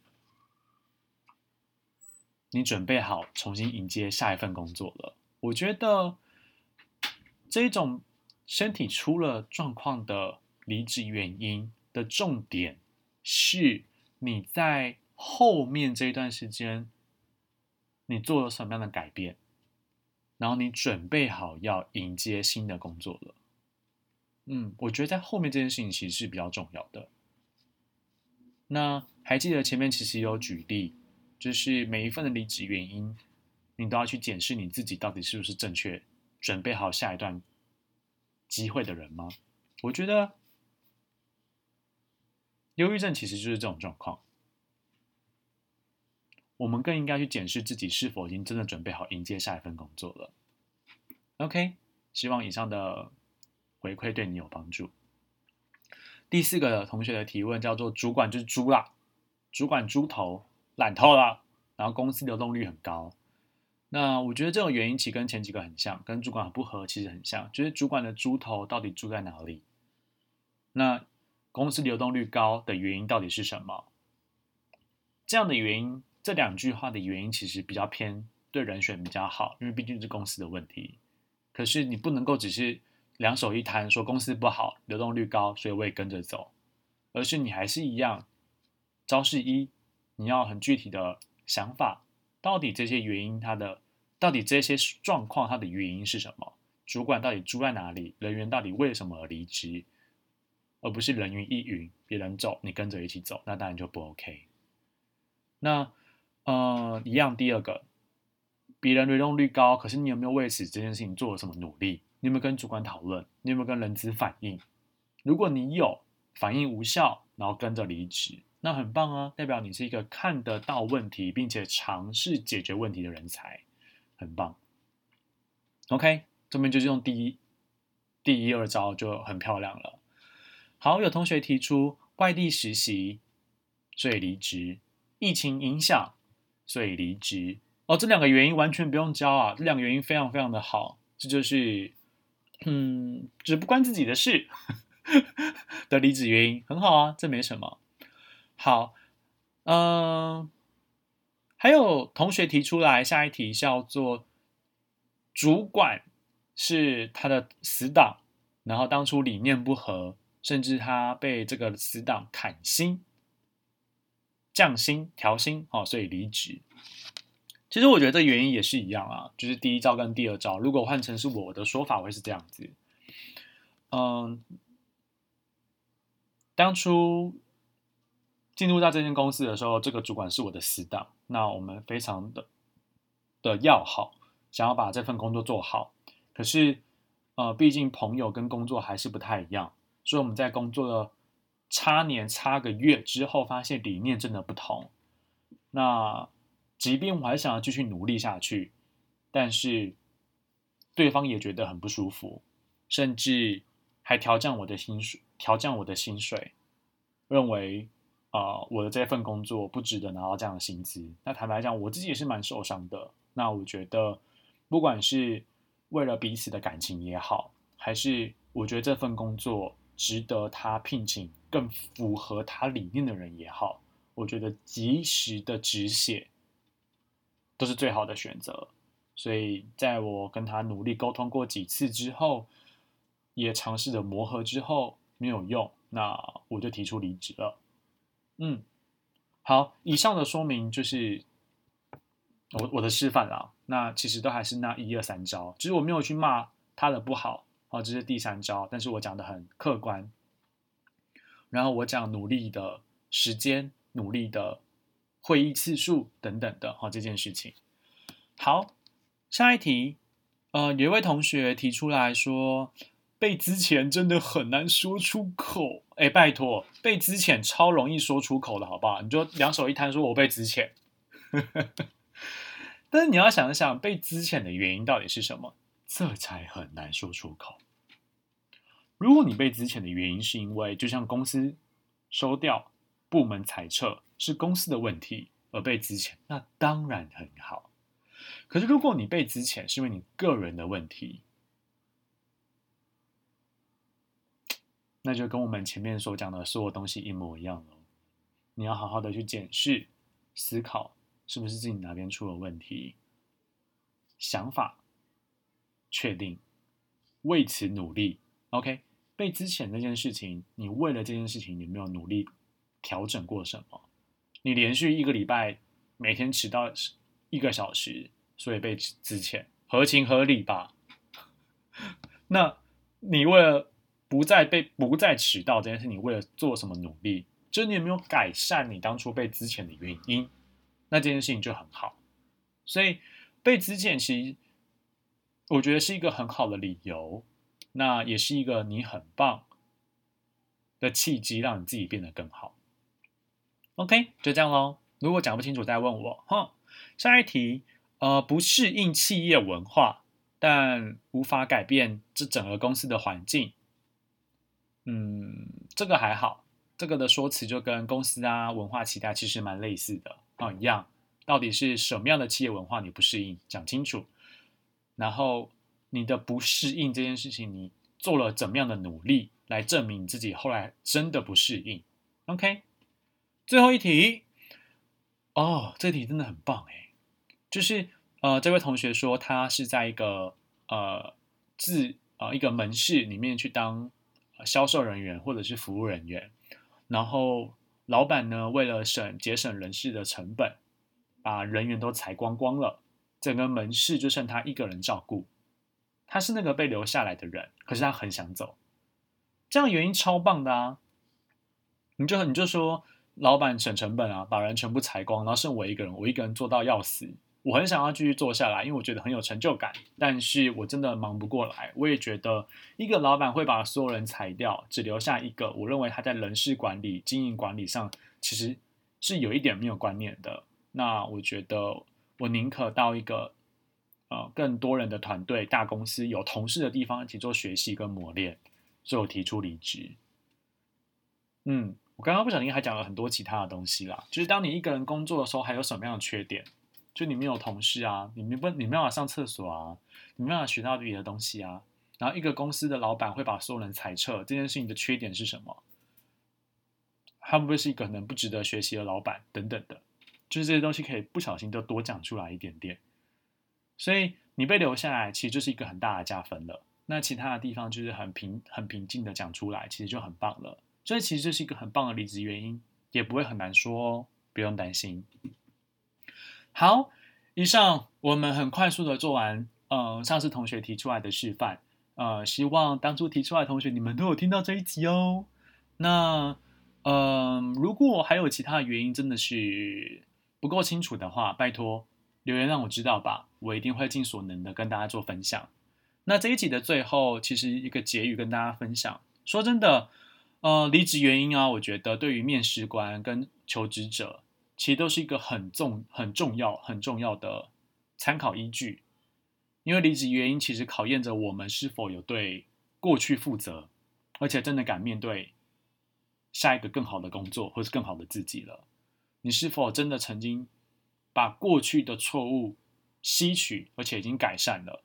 你准备好重新迎接下一份工作了。我觉得这种身体出了状况的离职原因的重点是你在后面这一段时间你做了什么样的改变，然后你准备好要迎接新的工作了。我觉得在后面这件事情其实是比较重要的。那还记得前面其实有举例，就是每一份的离职原因，你都要去检视你自己到底是不是正确，准备好下一段机会的人吗？我觉得忧郁症其实就是这种状况。我们更应该去检视自己是否已经真的准备好迎接下一份工作了。OK， 希望以上的回馈对你有帮助。第4个同学的提问叫做主管就是猪啦，主管猪头懒透了，然后公司流动率很高。那我觉得这种原因其实跟前几个很像，跟主管不合其实很像，就是主管的猪头到底猪在哪里？那公司流动率高的原因到底是什么？这样的原因，这2句话的原因其实比较偏对人选比较好，因为毕竟是公司的问题。可是你不能够只是两手一摊说公司不好，流动率高，所以我也跟着走，而是你还是一样，招式1，你要很具体的想法，到底这些原因到底这些状况它的原因是什么？主管到底猪在哪里？人员到底为什么而离职？而不是人云亦云，别人走你跟着一起走，那当然就不 OK。 那一样，第二个，别人流动率高，可是你有没有为此这件事情做了什么努力？你有没有跟主管讨论？你有没有跟人资反映？如果你有反应无效，然后跟着离职，那很棒啊，代表你是一个看得到问题，并且尝试解决问题的人才，很棒。OK， 这边就是用第一二招就很漂亮了。好，有同学提出外地实习，所以离职；疫情影响，所以离职。哦，这两个原因完全不用教啊，这两个原因非常非常的好，这就是只不关自己的事的离职原因，很好啊，这没什么。好，还有同学提出来，下一题叫做主管是他的死党，然后当初理念不合，甚至他被这个死党砍薪、降薪、调薪，所以离职。其实我觉得这原因也是一样啊，就是第一招跟第二招，如果换成是我的说法，会是这样子。当初进入到这间公司的时候，这个主管是我的死党，那我们非常的要好，想要把这份工作做好。可是，毕竟朋友跟工作还是不太一样，所以我们在工作了差个月之后，发现理念真的不同。那即便我还想要继续努力下去，但是对方也觉得很不舒服，甚至还调降我的薪水，认为我的这份工作不值得拿到这样的薪资。那坦白讲，我自己也是蛮受伤的。那我觉得，不管是为了彼此的感情也好，还是我觉得这份工作值得他聘请更符合他理念的人也好，我觉得及时的止血都是最好的选择。所以在我跟他努力沟通过几次之后，也尝试着磨合之后没有用，那我就提出离职了。好，以上的说明就是我的示范啦。那其实都还是那一二三招，其实我没有去骂他的不好，这是第三招，但是我讲的很客观。然后我讲努力的时间、努力的会议次数等等的这件事情。好，下一题，有一位同学提出来说，被资遣真的很难说出口。哎，拜托，被资遣超容易说出口的，好不好？你就两手一摊说我被资遣。但是你要想一想，被资遣的原因到底是什么？这才很难说出口。如果你被资遣的原因是因为，就像公司收掉、部门裁撤是公司的问题而被资遣，那当然很好。可是如果你被资遣是因为你个人的问题，那就跟我们前面所讲的所有东西一模一样了。你要好好的去检视、思考，是不是自己哪边出了问题，想法确定，为此努力。OK， 被资遣那件事情，你为了这件事情有没有努力调整过什么？你连续一个礼拜每天迟到1个小时，所以被资遣，合情合理吧？那你为了不再迟到这件事，你为了做什么努力？就是你有没有改善你当初被资遣的原因？那这件事情就很好。所以被资遣其实我觉得是一个很好的理由，那也是一个你很棒的契机，让你自己变得更好。OK， 就这样咯。如果讲不清楚再问我。下一题，不适应企业文化，但无法改变这整个公司的环境。这个还好，这个的说辞就跟公司文化期待其实蛮类似的一样。到底是什么样的企业文化你不适应，讲清楚。然后你的不适应这件事情，你做了怎么样的努力来证明你自己后来真的不适应。OK， 最后一题，这题真的很棒哎，就是这位同学说他是在一个一个门市里面去当销售人员或者是服务人员，然后老板呢为了节省人事的成本，把人员都裁光光了，整个门市就剩他一个人照顾。他是那个被留下来的人，可是他很想走，这样原因超棒的啊！你就说老板省成本啊，把人全部裁光，然后剩我一个人，我一个人做到要死。我很想要继续做下来，因为我觉得很有成就感，但是我真的忙不过来。我也觉得一个老板会把所有人裁掉，只留下一个，我认为他在人事管理、经营管理上其实是有一点没有观念的。那我觉得我宁可到一个更多人的团队、大公司有同事的地方一起做学习跟磨练，所以我提出离职。我刚刚不小心还讲了很多其他的东西啦，就是当你一个人工作的时候，还有什么样的缺点？就你没有同事啊，你没办法上厕所啊，你没办法学到别的东西啊。然后一个公司的老板会把所有人裁撤，这件事情的缺点是什么？他会不会是一个可能不值得学习的老板等等的？就是这些东西可以不小心就多讲出来一点点。所以你被留下来，其实就是一个很大的加分了。那其他的地方就是很平静的讲出来，其实就很棒了。所以其实这是一个很棒的离职原因，也不会很难说哦，不用担心。好，以上我们很快速的做完，上次同学提出来的示范，希望当初提出来的同学你们都有听到这一集哦。那，如果还有其他的原因真的是不够清楚的话，拜托留言让我知道吧，我一定会尽所能的跟大家做分享。那这一集的最后，其实一个结语跟大家分享，说真的，离职原因啊，我觉得对于面试官跟求职者，其实都是一个很重要的参考依据。因为离职原因其实考验着我们是否有对过去负责，而且真的敢面对下一个更好的工作或是更好的自己了。你是否真的曾经把过去的错误吸取，而且已经改善了？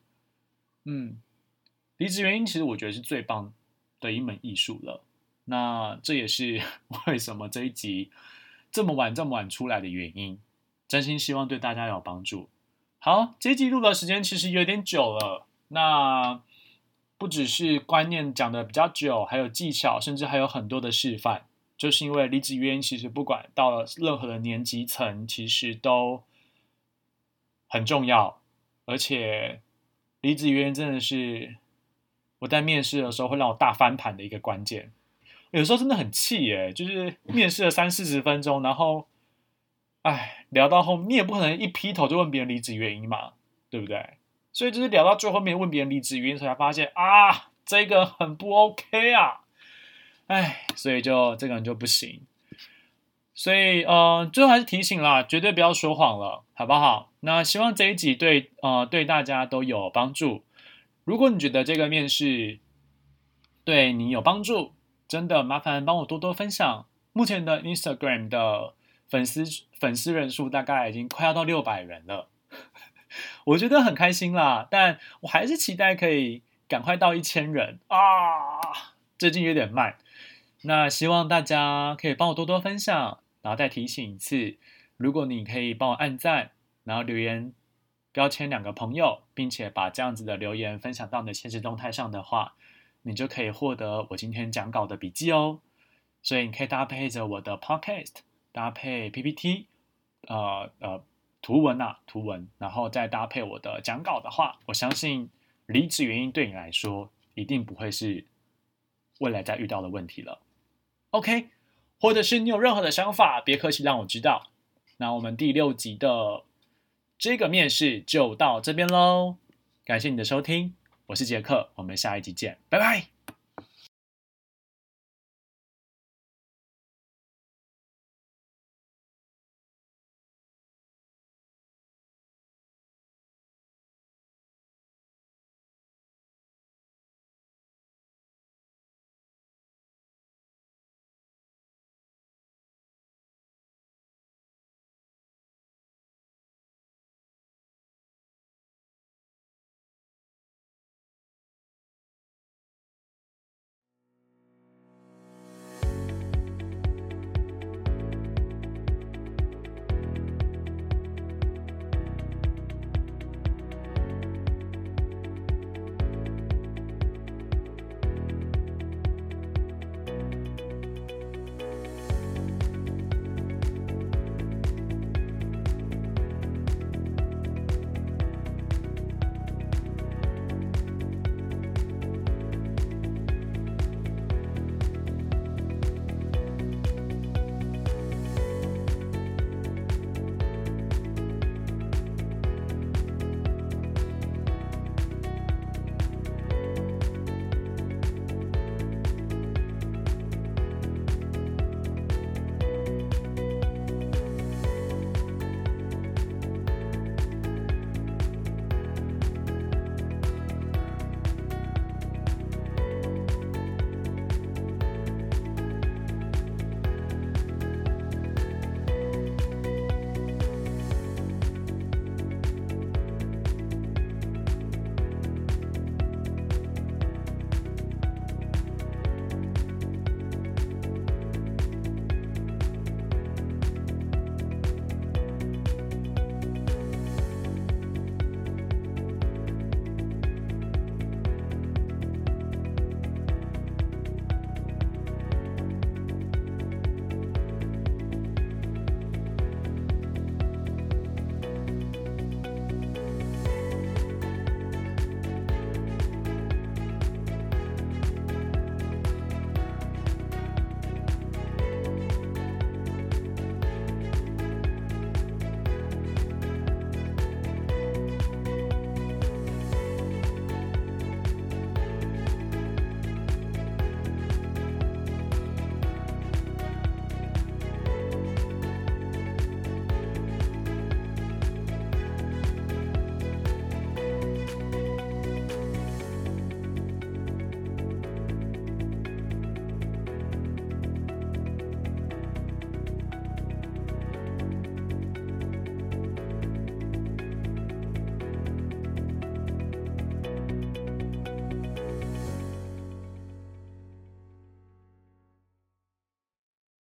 离职原因其实我觉得是最棒的一门艺术了。那这也是为什么这一集这么晚出来的原因。真心希望对大家有帮助。好，这一集录的时间其实有点久了。那不只是观念讲的比较久，还有技巧，甚至还有很多的示范。就是因为离职原因其实不管到了任何的年级层，其实都很重要。而且离职原因真的是我在面试的时候会让我大翻盘的一个关键。有时候真的很气耶，就是面试了30-40分钟，然后聊到后面你也不可能一劈头就问别人离职原因嘛，对不对？所以就是聊到最后面问别人离职原因，才发现这个很不 OK 啊。所以就这个人就不行。所以最后还是提醒啦，绝对不要说谎了，好不好？那希望这一集对大家都有帮助。如果你觉得这个面试对你有帮助，真的麻烦帮我多多分享。目前的 Instagram 的粉丝人数大概已经快要到600人了，我觉得很开心啦。但我还是期待可以赶快到1000人最近有点慢。那希望大家可以帮我多多分享，然后再提醒一次，如果你可以帮我按赞，然后留言标签2个朋友，并且把这样子的留言分享到你的现实动态上的话，你就可以获得我今天讲稿的笔记哦。所以你可以搭配着我的 podcast， 搭配 PPT， 图文，然后再搭配我的讲稿的话，我相信离职原因对你来说一定不会是未来再遇到的问题了。OK， 或者是你有任何的想法，别客气让我知道。那我们第6集的这个面试就到这边咯，感谢你的收听，我是杰克，我们下一集见，拜拜。